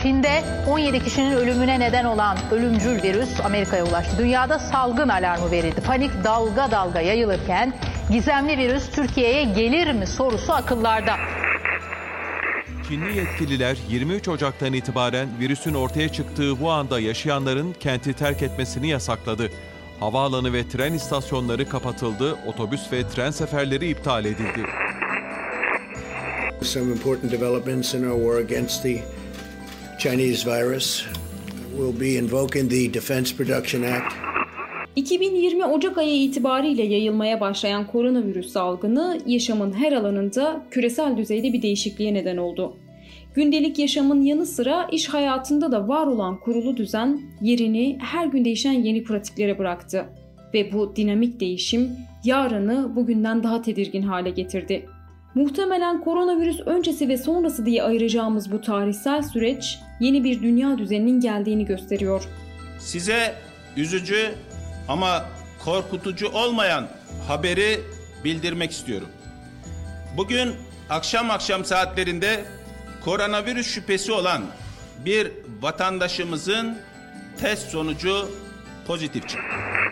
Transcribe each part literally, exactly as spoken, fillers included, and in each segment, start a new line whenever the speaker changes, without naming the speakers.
Çin'de on yedi kişinin ölümüne neden olan ölümcül virüs Amerika'ya ulaştı. Dünyada salgın alarmı verildi. Panik dalga dalga yayılırken gizemli virüs Türkiye'ye gelir mi sorusu akıllarda.
Çinli yetkililer yirmi üç Ocak'tan itibaren virüsün ortaya çıktığı Wuhan'da yaşayanların kenti terk etmesini yasakladı. Havaalanı ve tren istasyonları kapatıldı, otobüs ve tren seferleri iptal edildi.
Some important developments in our war against the Chinese virus. We'll be invoking the Defense Production Act.
iki bin yirmi Ocak ayı itibariyle yayılmaya başlayan koronavirüs salgını yaşamın her alanında küresel düzeyde bir değişikliğe neden oldu. Gündelik yaşamın yanı sıra iş hayatında da var olan kurulu düzen yerini her gün değişen yeni pratiklere bıraktı. Ve bu dinamik değişim yarını bugünden daha tedirgin hale getirdi. Muhtemelen koronavirüs öncesi ve sonrası diye ayıracağımız bu tarihsel süreç yeni bir dünya düzeninin geldiğini gösteriyor.
Size üzücü ama korkutucu olmayan haberi bildirmek istiyorum. Bugün akşam akşam saatlerinde koronavirüs şüphesi olan bir vatandaşımızın test sonucu pozitif çıktı.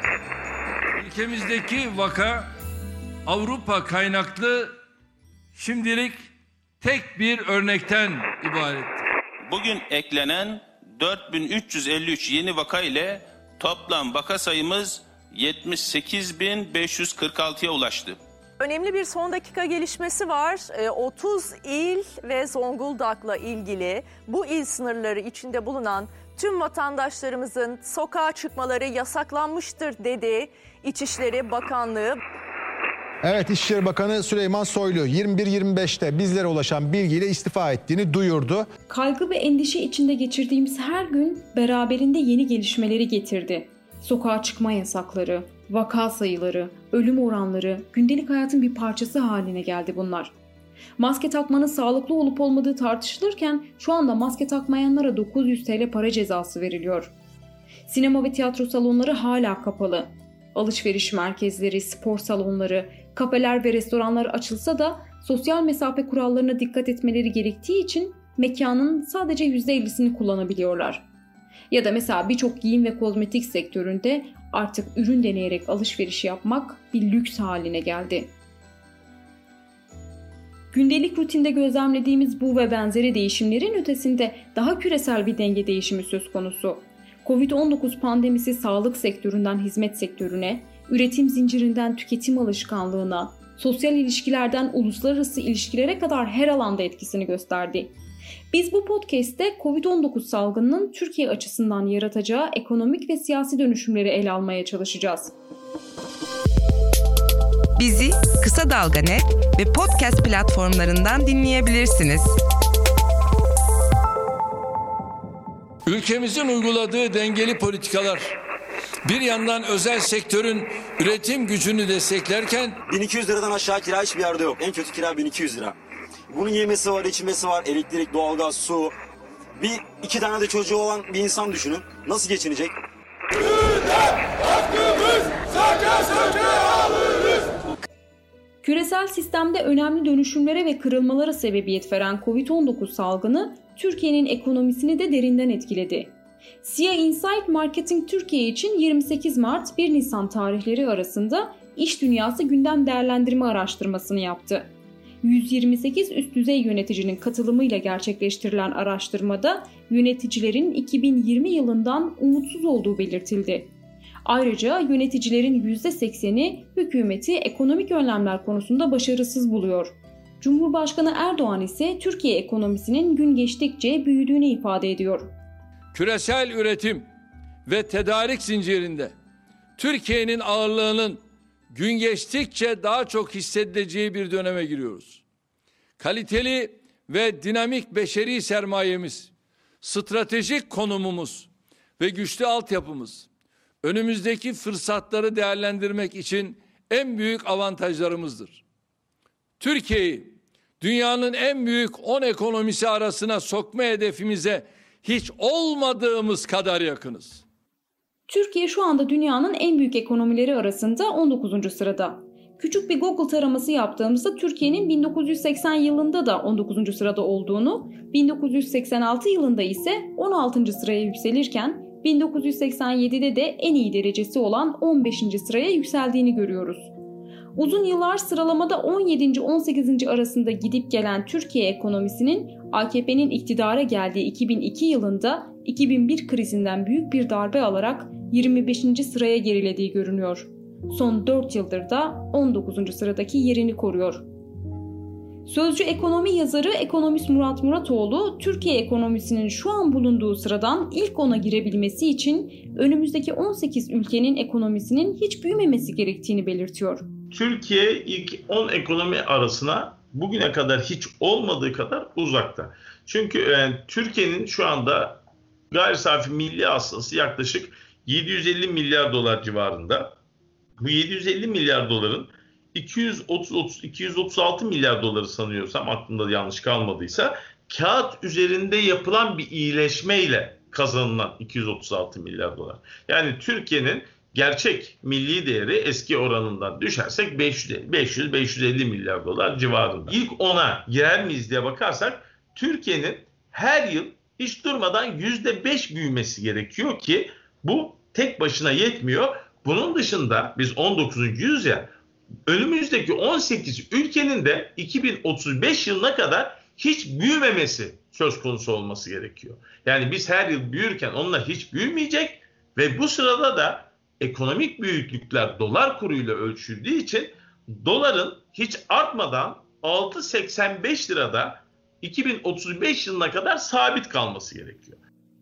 Ülkemizdeki vaka Avrupa kaynaklı şimdilik tek bir örnekten ibarettir.
Bugün eklenen dört bin üç yüz elli üç yeni vaka ile toplam vaka sayımız yetmiş sekiz bin beş yüz kırk altıya ulaştı.
Önemli bir son dakika gelişmesi var. otuz il ve Zonguldak'la ilgili bu il sınırları içinde bulunan tüm vatandaşlarımızın sokağa çıkmaları yasaklanmıştır dedi İçişleri Bakanlığı.
Evet, İçişleri Bakanı Süleyman Soylu yirmi bir yirmi beşte bizlere ulaşan bilgiyle istifa ettiğini duyurdu.
Kaygı ve endişe içinde geçirdiğimiz her gün beraberinde yeni gelişmeleri getirdi. Sokağa çıkma yasakları, vaka sayıları, ölüm oranları gündelik hayatın bir parçası haline geldi bunlar. Maske takmanın sağlıklı olup olmadığı tartışılırken şu anda maske takmayanlara dokuz yüz TL para cezası veriliyor. Sinema ve tiyatro salonları hala kapalı. Alışveriş merkezleri, spor salonları, kafeler ve restoranlar açılsa da sosyal mesafe kurallarına dikkat etmeleri gerektiği için mekanın sadece yüzde ellisini kullanabiliyorlar. Ya da mesela birçok giyim ve kozmetik sektöründe artık ürün deneyerek alışveriş yapmak bir lüks haline geldi. Gündelik rutinde gözlemlediğimiz bu ve benzeri değişimlerin ötesinde daha küresel bir denge değişimi söz konusu. kovid on dokuz pandemisi sağlık sektöründen hizmet sektörüne, üretim zincirinden tüketim alışkanlığına, sosyal ilişkilerden uluslararası ilişkilere kadar her alanda etkisini gösterdi. Biz bu podcast'te kovid on dokuz salgınının Türkiye açısından yaratacağı ekonomik ve siyasi dönüşümleri ele almaya çalışacağız.
Bizi Kısa Dalga Net ve podcast platformlarından dinleyebilirsiniz.
Ülkemizin uyguladığı dengeli politikalar bir yandan özel sektörün üretim gücünü desteklerken
bin iki yüz liradan aşağı kira hiçbir yerde yok. En kötü kira bin iki yüz lira. Bunun yemesi var, içmesi var, elektrik, doğalgaz, su. Bir iki tane de çocuğu olan bir insan düşünün. Nasıl geçinecek?
Küresel sistemde önemli dönüşümlere ve kırılmalara sebebiyet veren kovid on dokuz salgını Türkiye'nin ekonomisini de derinden etkiledi. S I A Insight Marketing Türkiye için yirmi sekiz Mart bir Nisan tarihleri arasında İş Dünyası Gündem Değerlendirme Araştırmasını yaptı. yüz yirmi sekiz üst düzey yöneticinin katılımıyla gerçekleştirilen araştırmada yöneticilerin iki bin yirmi yılından umutsuz olduğu belirtildi. Ayrıca yöneticilerin yüzde sekseni hükümeti ekonomik önlemler konusunda başarısız buluyor. Cumhurbaşkanı Erdoğan ise Türkiye ekonomisinin gün geçtikçe büyüdüğünü ifade ediyor.
Küresel üretim ve tedarik zincirinde Türkiye'nin ağırlığının gün geçtikçe daha çok hissedileceği bir döneme giriyoruz. Kaliteli ve dinamik beşeri sermayemiz, stratejik konumumuz ve güçlü altyapımız önümüzdeki fırsatları değerlendirmek için en büyük avantajlarımızdır. Türkiye'yi dünyanın en büyük on ekonomisi arasına sokma hedefimize hiç olmadığımız kadar yakınız.
Türkiye şu anda dünyanın en büyük ekonomileri arasında on dokuzuncu sırada. Küçük bir Google taraması yaptığımızda Türkiye'nin bin dokuz yüz seksen yılında da on dokuzuncu sırada olduğunu, bin dokuz yüz seksen altı yılında ise on altıncı sıraya yükselirken bin dokuz yüz seksen yedide de en iyi derecesi olan on beşinci sıraya yükseldiğini görüyoruz. Uzun yıllar sıralamada on yedinci on sekizinci arasında gidip gelen Türkiye ekonomisinin A K P'nin iktidara geldiği iki bin iki yılında iki bin bir krizinden büyük bir darbe alarak yirmi beşinci sıraya gerilediği görünüyor. Son dört yıldır da on dokuzuncu sıradaki yerini koruyor. Sözcü ekonomi yazarı ekonomist Murat Muratoğlu, Türkiye ekonomisinin şu an bulunduğu sıradan ilk ona girebilmesi için önümüzdeki on sekiz ülkenin ekonomisinin hiç büyümemesi gerektiğini belirtiyor.
Türkiye ilk on ekonomi arasına bugüne kadar hiç olmadığı kadar uzakta. Çünkü yani Türkiye'nin şu anda gayri safi milli hasılası yaklaşık yedi yüz elli milyar dolar civarında. Bu yedi yüz elli milyar doların iki yüz otuz iki yüz otuz altı milyar doları sanıyorsam, aklımda yanlış kalmadıysa, kağıt üzerinde yapılan bir iyileşmeyle kazanılan iki yüz otuz altı milyar dolar. Yani Türkiye'nin gerçek milli değeri eski oranından düşersek beş yüz beş yüz elli milyar dolar civarında. İlk ona girer miyiz diye bakarsak Türkiye'nin her yıl hiç durmadan yüzde beş büyümesi gerekiyor ki bu tek başına yetmiyor. Bunun dışında biz on dokuzuncu yüzyıl önümüzdeki on sekiz ülkenin de iki bin otuz beş yılına kadar hiç büyümemesi söz konusu olması gerekiyor. Yani biz her yıl büyürken onlar hiç büyümeyecek ve bu sırada da ekonomik büyüklükler dolar kuruyla ölçüldüğü için doların hiç artmadan altı virgül seksen beş lirada iki bin otuz beş yılına kadar sabit kalması gerekiyor.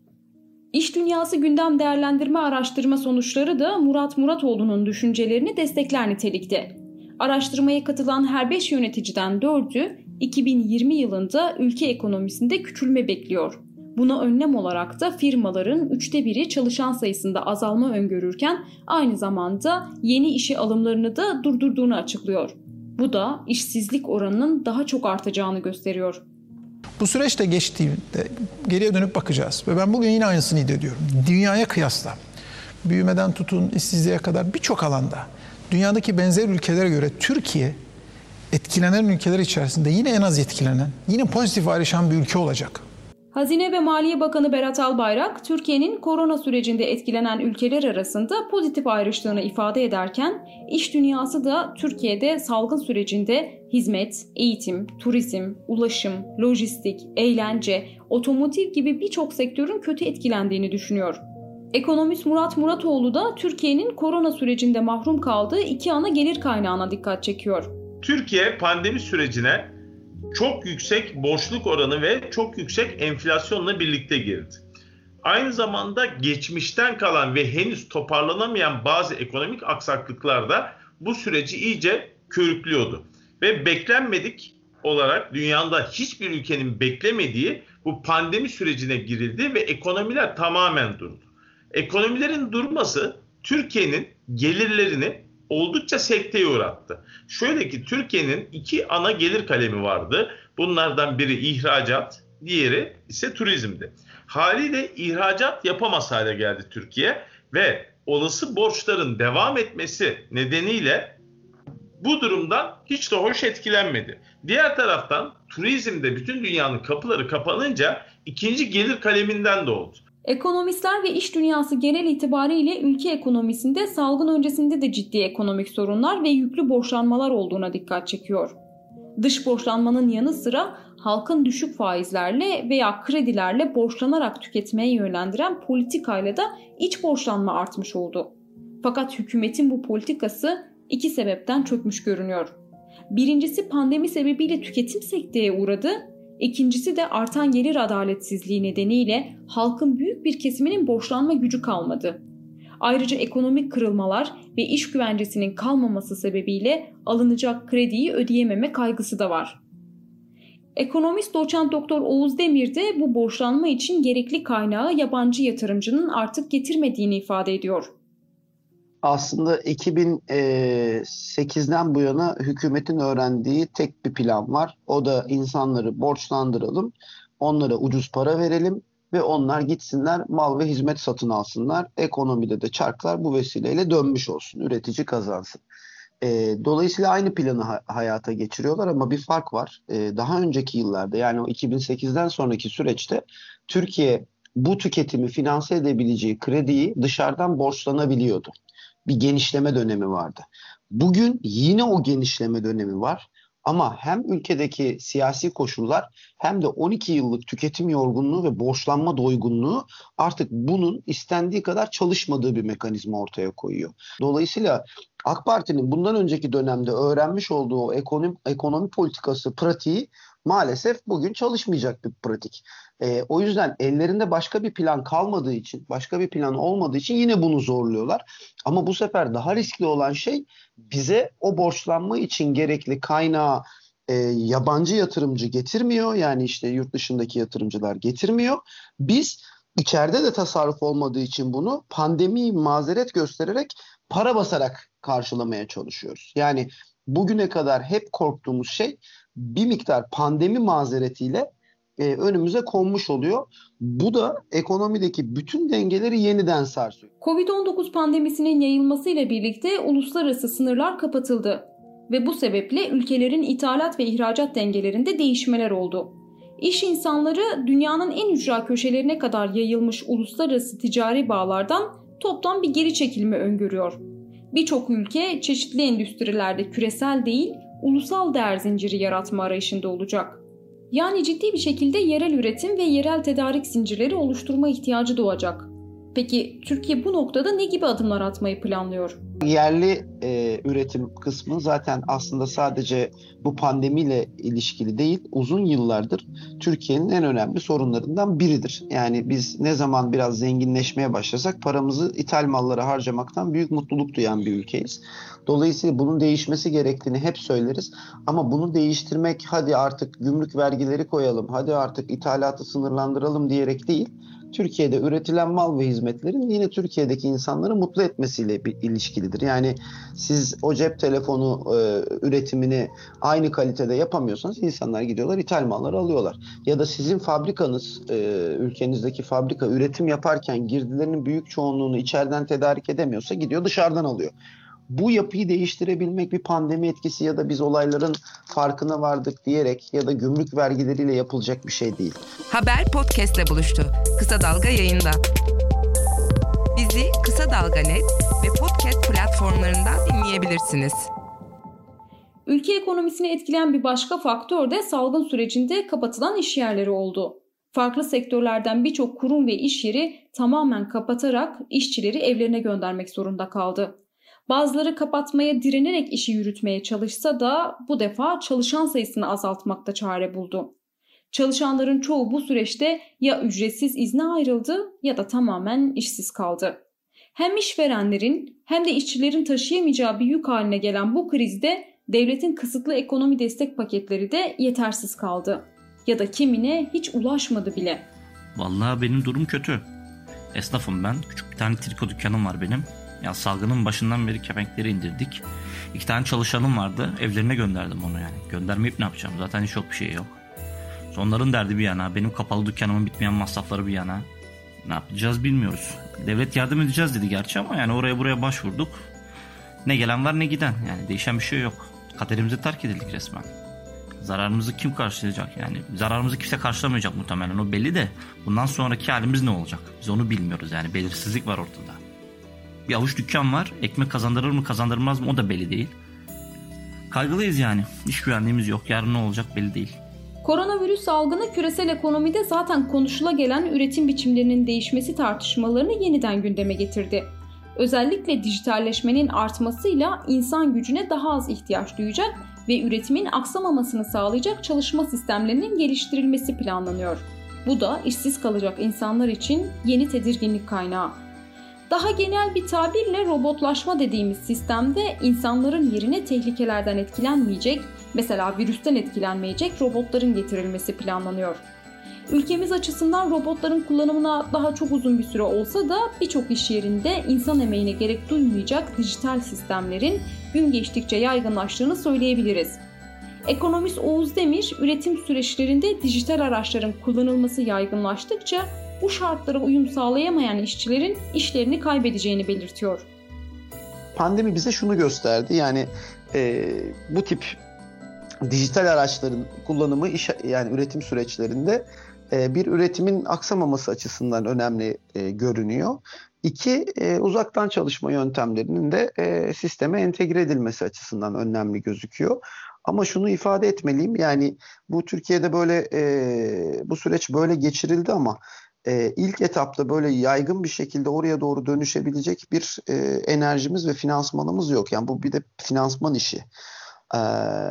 İş Dünyası Gündem Değerlendirme Araştırma sonuçları da Murat Muratoğlu'nun düşüncelerini destekler nitelikte. Araştırmaya katılan her beş yöneticiden dördü iki bin yirmi yılında ülke ekonomisinde küçülme bekliyor. Buna önlem olarak da firmaların üçte biri çalışan sayısında azalma öngörürken aynı zamanda yeni işe alımlarını da durdurduğunu açıklıyor. Bu da işsizlik oranının daha çok artacağını gösteriyor.
Bu süreçte geçtiğinde geriye dönüp bakacağız ve ben bugün yine aynısını iddia ediyorum. Dünyaya kıyasla büyümeden tutun işsizliğe kadar birçok alanda dünyadaki benzer ülkelere göre Türkiye etkilenen ülkeler içerisinde yine en az etkilenen, yine pozitif ayrışan bir ülke olacak.
Hazine ve Maliye Bakanı Berat Albayrak, Türkiye'nin korona sürecinde etkilenen ülkeler arasında pozitif ayrıştığını ifade ederken, iş dünyası da Türkiye'de salgın sürecinde hizmet, eğitim, turizm, ulaşım, lojistik, eğlence, otomotiv gibi birçok sektörün kötü etkilendiğini düşünüyor. Ekonomist Murat Muratoğlu da Türkiye'nin korona sürecinde mahrum kaldığı iki ana gelir kaynağına dikkat çekiyor.
Türkiye pandemi sürecine çok yüksek borçluk oranı ve çok yüksek enflasyonla birlikte girdi. Aynı zamanda geçmişten kalan ve henüz toparlanamayan bazı ekonomik aksaklıklar da bu süreci iyice körüklüyordu. Ve beklenmedik olarak dünyada hiçbir ülkenin beklemediği bu pandemi sürecine girildi ve ekonomiler tamamen durdu. Ekonomilerin durması Türkiye'nin gelirlerini oldukça sekteye uğrattı. Şöyle ki Türkiye'nin iki ana gelir kalemi vardı. Bunlardan biri ihracat, diğeri ise turizmdi. Haliyle ihracat yapamaz hale geldi Türkiye ve olası borçların devam etmesi nedeniyle bu durumdan hiç de hoş etkilenmedi. Diğer taraftan turizmde bütün dünyanın kapıları kapanınca ikinci gelir kaleminden de oldu.
Ekonomistler ve iş dünyası genel itibariyle ülke ekonomisinde salgın öncesinde de ciddi ekonomik sorunlar ve yüklü borçlanmalar olduğuna dikkat çekiyor. Dış borçlanmanın yanı sıra halkın düşük faizlerle veya kredilerle borçlanarak tüketmeye yönlendiren politikayla da iç borçlanma artmış oldu. Fakat hükümetin bu politikası iki sebepten çökmüş görünüyor. Birincisi pandemi sebebiyle tüketim sekteye uğradı. İkincisi de artan gelir adaletsizliği nedeniyle halkın büyük bir kesiminin borçlanma gücü kalmadı. Ayrıca ekonomik kırılmalar ve iş güvencesinin kalmaması sebebiyle alınacak krediyi ödeyememe kaygısı da var. Ekonomist doçent doktor Oğuz Demir de bu borçlanma için gerekli kaynağı yabancı yatırımcının artık getirmediğini ifade ediyor.
Aslında iki bin sekizden bu yana hükümetin öğrendiği tek bir plan var. O da insanları borçlandıralım, onlara ucuz para verelim ve onlar gitsinler mal ve hizmet satın alsınlar. Ekonomide de çarklar bu vesileyle dönmüş olsun, üretici kazansın. E, dolayısıyla aynı planı ha- hayata geçiriyorlar ama bir fark var. E, daha önceki yıllarda, yani o iki bin sekizden sonraki süreçte Türkiye bu tüketimi finanse edebileceği krediyi dışarıdan borçlanabiliyordu. Bir genişleme dönemi vardı. Bugün yine o genişleme dönemi var. Ama hem ülkedeki siyasi koşullar hem de on iki yıllık tüketim yorgunluğu ve borçlanma doygunluğu artık bunun istendiği kadar çalışmadığı bir mekanizma ortaya koyuyor. Dolayısıyla AK Parti'nin bundan önceki dönemde öğrenmiş olduğu o ekonomi, ekonomi politikası pratiği maalesef bugün çalışmayacak bir pratik. Ee, o yüzden ellerinde başka bir plan kalmadığı için, başka bir plan olmadığı için yine bunu zorluyorlar. Ama bu sefer daha riskli olan şey, bize o borçlanma için gerekli kaynağı e, yabancı yatırımcı getirmiyor. Yani işte yurt dışındaki yatırımcılar getirmiyor. Biz içeride de tasarruf olmadığı için bunu pandemiyi mazeret göstererek, para basarak karşılamaya çalışıyoruz. Yani bugüne kadar hep korktuğumuz şey bir miktar pandemi mazeretiyle e, önümüze konmuş oluyor. Bu da ekonomideki bütün dengeleri yeniden sarsıyor.
kovid on dokuz pandemisinin yayılmasıyla birlikte uluslararası sınırlar kapatıldı ve bu sebeple ülkelerin ithalat ve ihracat dengelerinde değişmeler oldu. İş insanları dünyanın en ücra köşelerine kadar yayılmış uluslararası ticari bağlardan toptan bir geri çekilme öngörüyor. Birçok ülke çeşitli endüstrilerde küresel değil, ulusal değer zinciri yaratma arayışında olacak. Yani ciddi bir şekilde yerel üretim ve yerel tedarik zincirleri oluşturma ihtiyacı doğacak. Peki Türkiye bu noktada ne gibi adımlar atmayı planlıyor?
Yerli e, üretim kısmı zaten aslında sadece bu pandemiyle ilişkili değil, uzun yıllardır Türkiye'nin en önemli sorunlarından biridir. Yani biz ne zaman biraz zenginleşmeye başlasak paramızı ithal mallara harcamaktan büyük mutluluk duyan bir ülkeyiz. Dolayısıyla bunun değişmesi gerektiğini hep söyleriz. Ama bunu değiştirmek, hadi artık gümrük vergileri koyalım, hadi artık ithalatı sınırlandıralım diyerek değil, Türkiye'de üretilen mal ve hizmetlerin yine Türkiye'deki insanları mutlu etmesiyle bir ilişkilidir. Yani siz o cep telefonu e, üretimini aynı kalitede yapamıyorsanız insanlar gidiyorlar ithal malları alıyorlar. Ya da sizin fabrikanız, e, ülkenizdeki fabrika üretim yaparken girdilerinin büyük çoğunluğunu içeriden tedarik edemiyorsa gidiyor dışarıdan alıyor. Bu yapıyı değiştirebilmek bir pandemi etkisi ya da biz olayların farkına vardık diyerek ya da gümrük vergileriyle yapılacak bir şey değil.
Haber podcast'le buluştu. Kısa Dalga yayında. Bizi Kısa Dalga Net ve podcast platformlarından dinleyebilirsiniz.
Ülke ekonomisini etkileyen bir başka faktör de salgın sürecinde kapatılan iş yerleri oldu. Farklı sektörlerden birçok kurum ve iş yeri tamamen kapatarak işçileri evlerine göndermek zorunda kaldı. Bazıları kapatmaya direnerek işi yürütmeye çalışsa da bu defa çalışan sayısını azaltmakta çare buldu. Çalışanların çoğu bu süreçte ya ücretsiz izne ayrıldı ya da tamamen işsiz kaldı. Hem işverenlerin hem de işçilerin taşıyamayacağı bir yük haline gelen bu krizde devletin kısıtlı ekonomi destek paketleri de yetersiz kaldı. Ya da kimine hiç ulaşmadı bile.
Vallahi benim durum kötü. Esnafım ben. Küçük bir tane triko dükkanım var benim. Ya salgının başından beri kepenkleri indirdik. İki tane çalışanım vardı. Evlerine gönderdim onu yani. Göndermeyip ne yapacağım? Zaten hiç yok bir şey yok. Onların derdi bir yana. Benim kapalı dükkanımın bitmeyen masrafları bir yana. Ne yapacağız bilmiyoruz. Devlet yardım edeceğiz dedi gerçi ama yani oraya buraya başvurduk. Ne gelen var ne giden. Yani değişen bir şey yok. Kaderimize terk edildik resmen. Zararımızı kim karşılayacak yani? Zararımızı kimse karşılamayacak muhtemelen, o belli de. Bundan sonraki halimiz ne olacak? Biz onu bilmiyoruz yani. Belirsizlik var ortada. Bir avuç dükkan var. Ekmek kazandırır mı kazandırmaz mı o da belli değil. Kaygılıyız yani. İş güvenliğimiz yok. Yarın ne olacak belli değil.
Koronavirüs salgını küresel ekonomide zaten konuşula gelen üretim biçimlerinin değişmesi tartışmalarını yeniden gündeme getirdi. Özellikle dijitalleşmenin artmasıyla insan gücüne daha az ihtiyaç duyacak ve üretimin aksamamasını sağlayacak çalışma sistemlerinin geliştirilmesi planlanıyor. Bu da işsiz kalacak insanlar için yeni tedirginlik kaynağı. Daha genel bir tabirle robotlaşma dediğimiz sistemde insanların yerine tehlikelerden etkilenmeyecek, mesela virüsten etkilenmeyecek robotların getirilmesi planlanıyor. Ülkemiz açısından robotların kullanımına daha çok uzun bir süre olsa da birçok iş yerinde insan emeğine gerek duymayacak dijital sistemlerin gün geçtikçe yaygınlaştığını söyleyebiliriz. Ekonomist Oğuz Demir, üretim süreçlerinde dijital araçların kullanılması yaygınlaştıkça bu şartlara uyum sağlayamayan işçilerin işlerini kaybedeceğini belirtiyor.
pandemi bize şunu gösterdi. Yani e, bu tip dijital araçların kullanımı iş, yani üretim süreçlerinde e, bir üretimin aksamaması açısından önemli e, görünüyor. İki, e, uzaktan çalışma yöntemlerinin de e, sisteme entegre edilmesi açısından önemli gözüküyor. Ama şunu ifade etmeliyim, yani bu Türkiye'de böyle e, bu süreç böyle geçirildi ama e, ilk etapta böyle yaygın bir şekilde oraya doğru dönüşebilecek bir e, enerjimiz ve finansmanımız yok. Yani bu bir de finansman işi. E,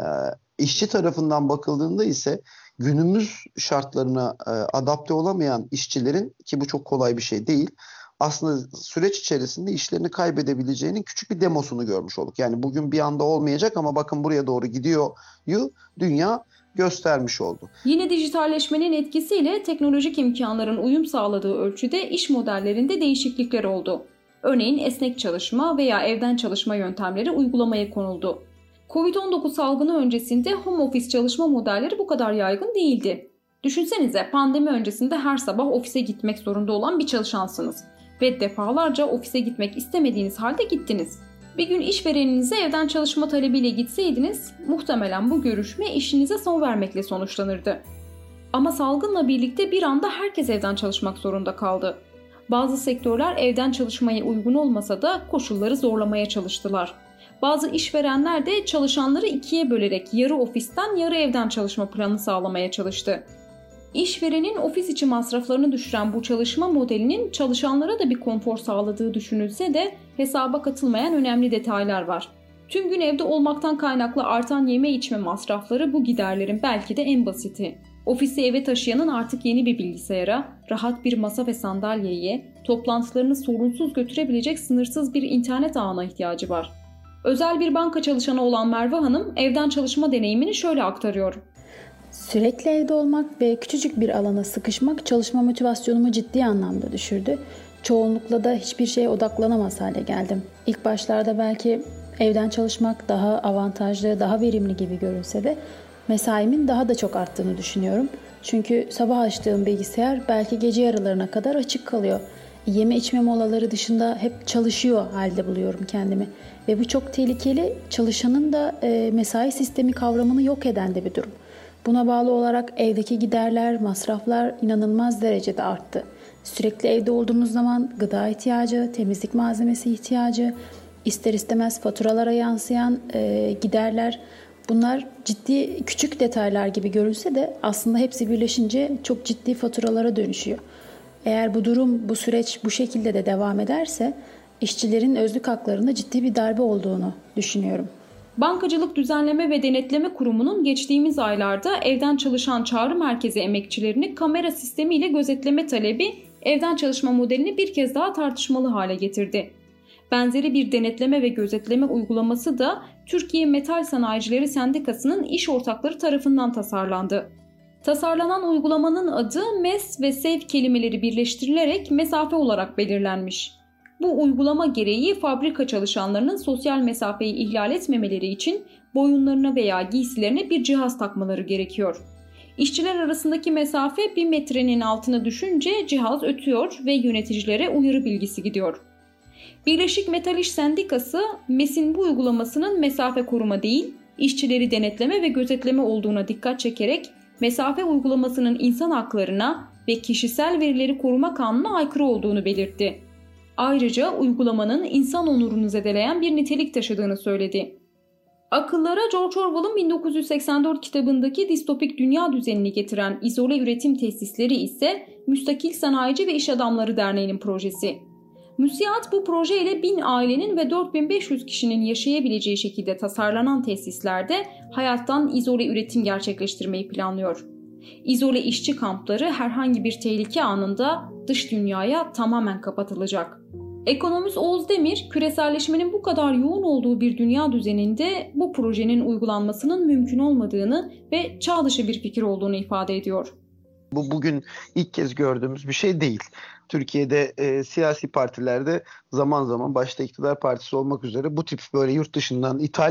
işçi tarafından bakıldığında ise günümüz şartlarına e, adapte olamayan işçilerin, ki bu çok kolay bir şey değil, aslında süreç içerisinde işlerini kaybedebileceğinin küçük bir demosunu görmüş olduk. Yani bugün bir anda olmayacak ama bakın buraya doğru gidiyor yu dünya göstermiş oldu.
Yine dijitalleşmenin etkisiyle teknolojik imkanların uyum sağladığı ölçüde iş modellerinde değişiklikler oldu. Örneğin esnek çalışma veya evden çalışma yöntemleri uygulamaya konuldu. kovid on dokuz salgını öncesinde home office çalışma modelleri bu kadar yaygın değildi. Düşünsenize, pandemi öncesinde her sabah ofise gitmek zorunda olan bir çalışansınız ve defalarca ofise gitmek istemediğiniz halde gittiniz. Bir gün işvereninize evden çalışma talebiyle gitseydiniz, muhtemelen bu görüşme işinize son vermekle sonuçlanırdı. Ama salgınla birlikte bir anda herkes evden çalışmak zorunda kaldı. Bazı sektörler evden çalışmaya uygun olmasa da koşulları zorlamaya çalıştılar. Bazı işverenler de çalışanları ikiye bölerek yarı ofisten yarı evden çalışma planı sağlamaya çalıştı. İşverenin ofis içi masraflarını düşüren bu çalışma modelinin çalışanlara da bir konfor sağladığı düşünülse de hesaba katılmayan önemli detaylar var. Tüm gün evde olmaktan kaynaklı artan yeme içme masrafları bu giderlerin belki de en basiti. Ofisi eve taşıyanın artık yeni bir bilgisayara, rahat bir masa ve sandalyeye, toplantılarını sorunsuz götürebilecek sınırsız bir internet ağına ihtiyacı var. Özel bir banka çalışanı olan Merve Hanım evden çalışma deneyimini şöyle aktarıyor.
Sürekli evde olmak ve küçücük bir alana sıkışmak çalışma motivasyonumu ciddi anlamda düşürdü. Çoğunlukla da hiçbir şeye odaklanamaz hale geldim. İlk başlarda belki evden çalışmak daha avantajlı, daha verimli gibi görünse de mesaimin daha da çok arttığını düşünüyorum. Çünkü sabah açtığım bilgisayar belki gece yarılarına kadar açık kalıyor. Yeme içme molaları dışında hep çalışıyor halde buluyorum kendimi. Ve bu çok tehlikeli, çalışanın da e, mesai sistemi kavramını yok eden de bir durum. Buna bağlı olarak evdeki giderler, masraflar inanılmaz derecede arttı. Sürekli evde olduğumuz zaman gıda ihtiyacı, temizlik malzemesi ihtiyacı, ister istemez faturalara yansıyan e, giderler, bunlar ciddi küçük detaylar gibi görülse de aslında hepsi birleşince çok ciddi faturalara dönüşüyor. Eğer bu durum, bu süreç bu şekilde de devam ederse işçilerin özlük haklarında ciddi bir darbe olduğunu düşünüyorum.
Bankacılık Düzenleme ve Denetleme Kurumu'nun geçtiğimiz aylarda evden çalışan çağrı merkezi emekçilerini kamera sistemiyle gözetleme talebi evden çalışma modelini bir kez daha tartışmalı hale getirdi. Benzeri bir denetleme ve gözetleme uygulaması da Türkiye Metal Sanayicileri Sendikası'nın iş ortakları tarafından tasarlandı. Tasarlanan uygulamanın adı mes ve sev kelimeleri birleştirilerek mesafe olarak belirlenmiş. Bu uygulama gereği fabrika çalışanlarının sosyal mesafeyi ihlal etmemeleri için boyunlarına veya giysilerine bir cihaz takmaları gerekiyor. İşçiler arasındaki mesafe bir metrenin altına düşünce cihaz ötüyor ve yöneticilere uyarı bilgisi gidiyor. Birleşik Metal İş Sendikası, MES'in bu uygulamasının mesafe koruma değil, işçileri denetleme ve gözetleme olduğuna dikkat çekerek mesafe uygulamasının insan haklarına ve kişisel verileri koruma kanununa aykırı olduğunu belirtti. Ayrıca uygulamanın insan onurunu zedeleyen bir nitelik taşıdığını söyledi. Akıllara George Orwell'ın bin dokuz yüz seksen dört kitabındaki distopik dünya düzenini getiren izole üretim tesisleri ise Müstakil Sanayici ve İş Adamları Derneği'nin projesi. MÜSİAD bu proje ile bin ailenin ve dört bin beş yüz kişinin yaşayabileceği şekilde tasarlanan tesislerde hayattan izole üretim gerçekleştirmeyi planlıyor. İzole işçi kampları herhangi bir tehlike anında dış dünyaya tamamen kapatılacak. Ekonomist Oğuz Demir, küreselleşmenin bu kadar yoğun olduğu bir dünya düzeninde bu projenin uygulanmasının mümkün olmadığını ve çağ dışı bir fikir olduğunu ifade ediyor.
Bu bugün ilk kez gördüğümüz bir şey değil. Türkiye'de e, siyasi partilerde zaman zaman başta iktidar partisi olmak üzere bu tip böyle yurt dışından ithal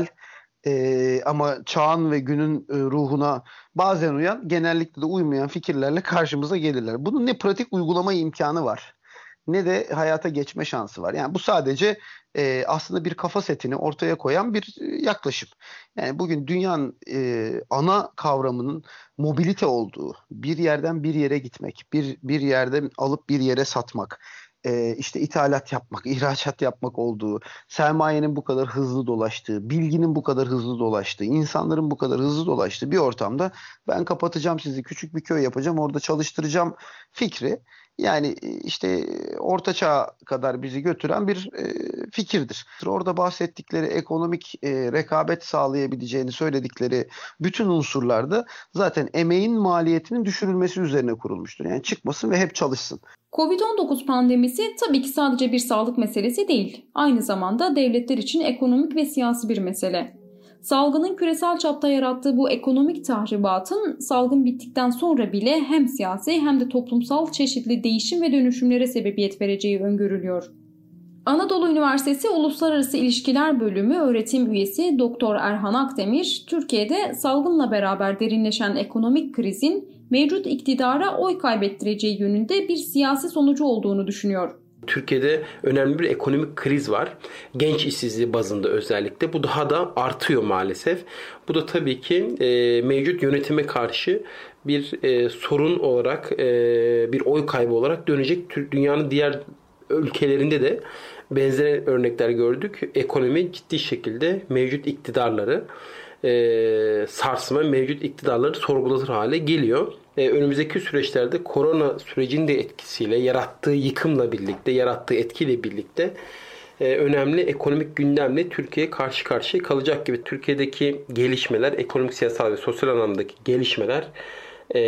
e, ama çağın ve günün e, ruhuna bazen uyan, genellikle de uymayan fikirlerle karşımıza gelirler. Bunun ne pratik uygulama imkanı var, ne de hayata geçme şansı var. Yani bu sadece e, aslında bir kafa setini ortaya koyan bir yaklaşım. Yani bugün dünyanın e, ana kavramının mobilite olduğu, bir yerden bir yere gitmek, bir bir yerden alıp bir yere satmak, e, işte ithalat yapmak, ihracat yapmak olduğu, sermayenin bu kadar hızlı dolaştığı, bilginin bu kadar hızlı dolaştığı, insanların bu kadar hızlı dolaştığı bir ortamda ben kapatacağım sizi, küçük bir köy yapacağım, orada çalıştıracağım fikri, yani işte orta çağa kadar bizi götüren bir e, fikirdir. Orada bahsettikleri ekonomik e, rekabet sağlayabileceğini söyledikleri bütün unsurlarda zaten emeğin maliyetinin düşürülmesi üzerine kurulmuştur. Yani çıkmasın ve hep çalışsın.
kovid on dokuz pandemisi tabii ki sadece bir sağlık meselesi değil. Aynı zamanda devletler için ekonomik ve siyasi bir mesele. Salgının küresel çapta yarattığı bu ekonomik tahribatın salgın bittikten sonra bile hem siyasi hem de toplumsal çeşitli değişim ve dönüşümlere sebebiyet vereceği öngörülüyor. Anadolu Üniversitesi Uluslararası İlişkiler Bölümü öğretim üyesi Doktor Erhan Akdemir, Türkiye'de salgınla beraber derinleşen ekonomik krizin mevcut iktidara oy kaybettireceği yönünde bir siyasi sonucu olduğunu düşünüyor.
Türkiye'de önemli bir ekonomik kriz var. Genç işsizliği bazında özellikle. Bu daha da artıyor maalesef. Bu da tabii ki e, mevcut yönetime karşı bir e, sorun olarak, e, bir oy kaybı olarak dönecek. Dünyanın diğer ülkelerinde de benzer örnekler gördük. Ekonomi ciddi şekilde mevcut iktidarları e, sarsma, mevcut iktidarları sorgulatır hale geliyor. E, önümüzdeki süreçlerde korona sürecinin de etkisiyle, yarattığı yıkımla birlikte, yarattığı etkiyle birlikte e, önemli ekonomik gündemle Türkiye karşı karşıya kalacak gibi. Türkiye'deki gelişmeler, ekonomik, siyasal ve sosyal anlamdaki gelişmeler e,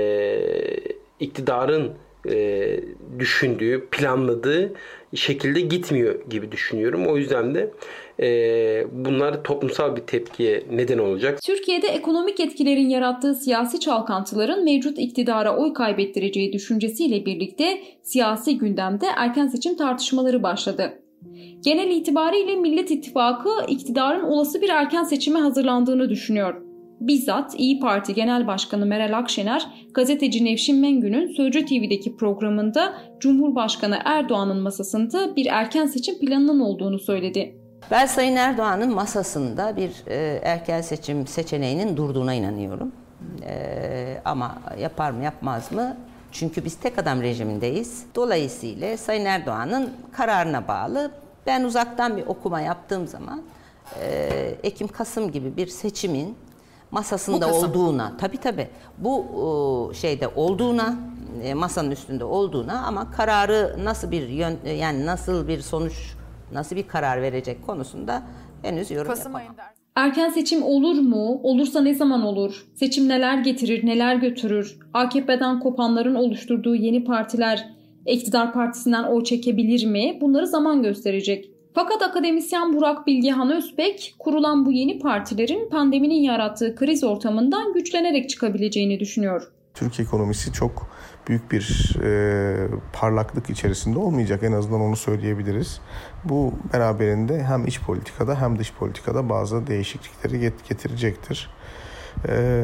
iktidarın e, düşündüğü, planladığı şekilde gitmiyor gibi düşünüyorum. O yüzden de e, bunlar toplumsal bir tepkiye neden olacak.
Türkiye'de ekonomik etkilerin yarattığı siyasi çalkantıların mevcut iktidara oy kaybettireceği düşüncesiyle birlikte siyasi gündemde erken seçim tartışmaları başladı. Genel itibariyle Millet İttifakı iktidarın olası bir erken seçime hazırlandığını düşünüyor. Bizzat İYİ Parti Genel Başkanı Meral Akşener, gazeteci Nevşin Mengü'nün Sözcü T V'deki programında Cumhurbaşkanı Erdoğan'ın masasında bir erken seçim planının olduğunu söyledi.
Ben Sayın Erdoğan'ın masasında bir e, erken seçim seçeneğinin durduğuna inanıyorum. E, ama yapar mı yapmaz mı? Çünkü biz tek adam rejimindeyiz. Dolayısıyla Sayın Erdoğan'ın kararına bağlı. Ben uzaktan bir okuma yaptığım zaman e, Ekim-Kasım gibi bir seçimin masasında olduğuna, tabii tabii bu e, şeyde olduğuna, e, masanın üstünde olduğuna, ama kararı nasıl bir yön, yani nasıl bir sonuç, nasıl bir karar verecek konusunda henüz yorum yapamam.
Erken seçim olur mu? Olursa ne zaman olur? Seçim neler getirir, neler götürür? A K P'den kopanların oluşturduğu yeni partiler iktidar partisinden oy çekebilir mi? Bunları zaman gösterecek. Fakat akademisyen Burak Bilgehan Özbek, kurulan bu yeni partilerin pandeminin yarattığı kriz ortamından güçlenerek çıkabileceğini düşünüyor.
Türk ekonomisi çok büyük bir e, parlaklık içerisinde olmayacak, en azından onu söyleyebiliriz. Bu beraberinde hem iç politikada hem dış politikada bazı değişiklikleri getirecektir. E,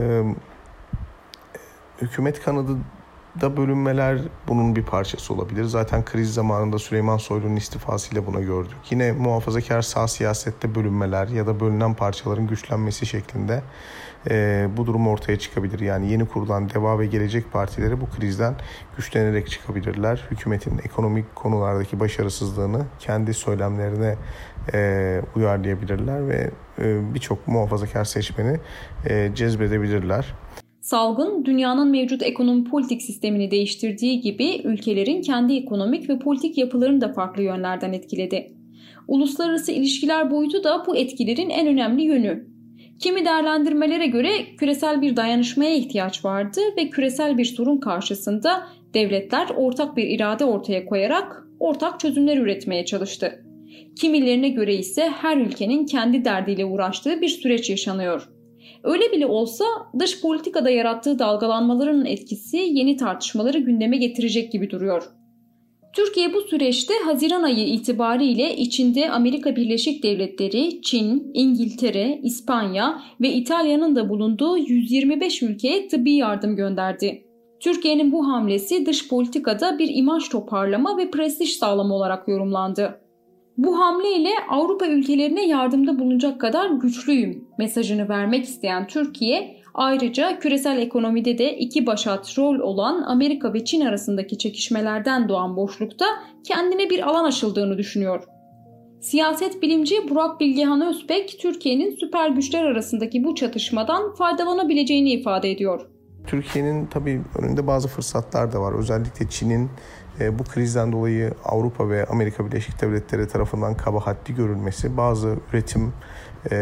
hükümet kanadı da bölünmeler bunun bir parçası olabilir. Zaten kriz zamanında Süleyman Soylu'nun istifasıyla buna gördük. Yine muhafazakar sağ siyasette bölünmeler ya da bölünen parçaların güçlenmesi şeklinde e, bu durum ortaya çıkabilir. Yani yeni kurulan Deva ve Gelecek Partileri bu krizden güçlenerek çıkabilirler. Hükümetin ekonomik konulardaki başarısızlığını kendi söylemlerine e, uyarlayabilirler ve e, birçok muhafazakar seçmeni e, cezbedebilirler.
Salgın, dünyanın mevcut ekonomi politik sistemini değiştirdiği gibi ülkelerin kendi ekonomik ve politik yapılarını da farklı yönlerden etkiledi. Uluslararası ilişkiler boyutu da bu etkilerin en önemli yönü. Kimi değerlendirmelere göre küresel bir dayanışmaya ihtiyaç vardı ve küresel bir sorun karşısında devletler ortak bir irade ortaya koyarak ortak çözümler üretmeye çalıştı. Kimilerine göre ise her ülkenin kendi derdiyle uğraştığı bir süreç yaşanıyor. Öyle bile olsa dış politikada yarattığı dalgalanmaların etkisi yeni tartışmaları gündeme getirecek gibi duruyor. Türkiye bu süreçte Haziran ayı itibariyle içinde Amerika Birleşik Devletleri, Çin, İngiltere, İspanya ve İtalya'nın da bulunduğu yüz yirmi beş ülkeye tıbbi yardım gönderdi. Türkiye'nin bu hamlesi dış politikada bir imaj toparlama ve prestij sağlama olarak yorumlandı. Bu hamleyle Avrupa ülkelerine yardımda bulunacak kadar güçlüyüm mesajını vermek isteyen Türkiye, ayrıca küresel ekonomide de iki başat rol olan Amerika ve Çin arasındaki çekişmelerden doğan boşlukta kendine bir alan açıldığını düşünüyor. Siyaset bilimci Burak Bilgehan Özbek, Türkiye'nin süper güçler arasındaki bu çatışmadan faydalanabileceğini ifade ediyor.
Türkiye'nin tabii önünde bazı fırsatlar da var. Özellikle Çin'in e, bu krizden dolayı Avrupa ve Amerika Birleşik Devletleri tarafından kabahatli görülmesi bazı üretim e,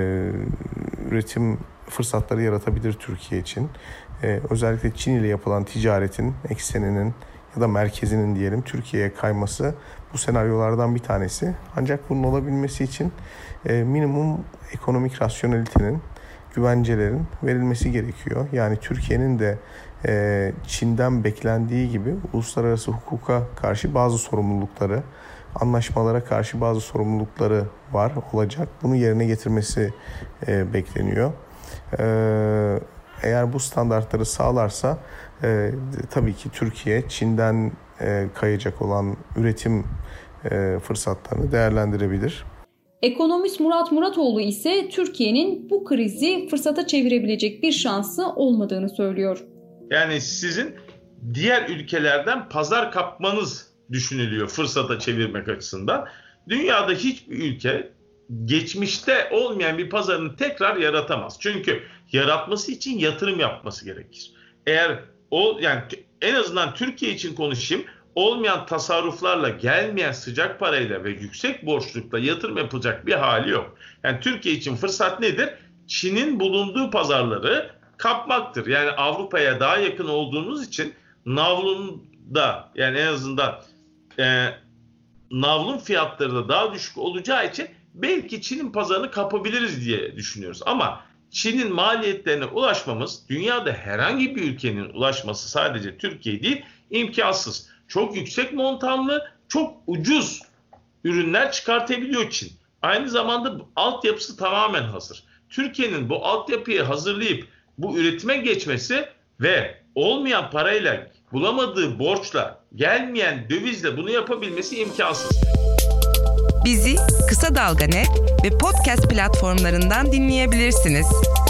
üretim fırsatları yaratabilir Türkiye için. E, özellikle Çin ile yapılan ticaretin ekseninin ya da merkezinin diyelim Türkiye'ye kayması bu senaryolardan bir tanesi. Ancak bunun olabilmesi için e, minimum ekonomik rasyonelitenin, güvencelerin verilmesi gerekiyor. Yani Türkiye'nin de e, Çin'den beklendiği gibi uluslararası hukuka karşı bazı sorumlulukları, anlaşmalara karşı bazı sorumlulukları var, olacak. Bunu yerine getirmesi e, bekleniyor. E, eğer bu standartları sağlarsa e, tabii ki Türkiye Çin'den e, kayacak olan üretim e, fırsatlarını değerlendirebilir.
Ekonomist Murat Muratoğlu ise Türkiye'nin bu krizi fırsata çevirebilecek bir şansı olmadığını söylüyor.
Yani sizin diğer ülkelerden pazar kapmanız düşünülüyor fırsata çevirmek açısından. Dünyada hiçbir ülke geçmişte olmayan bir pazarını tekrar yaratamaz. Çünkü yaratması için yatırım yapması gerekir. Eğer o yani en azından Türkiye için konuşayım, olmayan tasarruflarla, gelmeyen sıcak parayla ve yüksek borçlukla yatırım yapılacak bir hali yok. Yani Türkiye için fırsat nedir? Çin'in bulunduğu pazarları kapmaktır. Yani Avrupa'ya daha yakın olduğumuz için navlun da yani en azından e, navlun fiyatları da daha düşük olacağı için belki Çin'in pazarını kapabiliriz diye düşünüyoruz. Ama Çin'in maliyetlerine ulaşmamız, dünyada herhangi bir ülkenin ulaşması sadece Türkiye değil, imkansız. Çok yüksek montanlı, çok ucuz ürünler çıkartabiliyor Çin. Aynı zamanda altyapısı tamamen hazır. Türkiye'nin bu altyapıyı hazırlayıp bu üretime geçmesi ve olmayan parayla, bulamadığı borçla, gelmeyen dövizle bunu yapabilmesi imkansız.
Bizi Kısa Dalga Net ve podcast platformlarından dinleyebilirsiniz.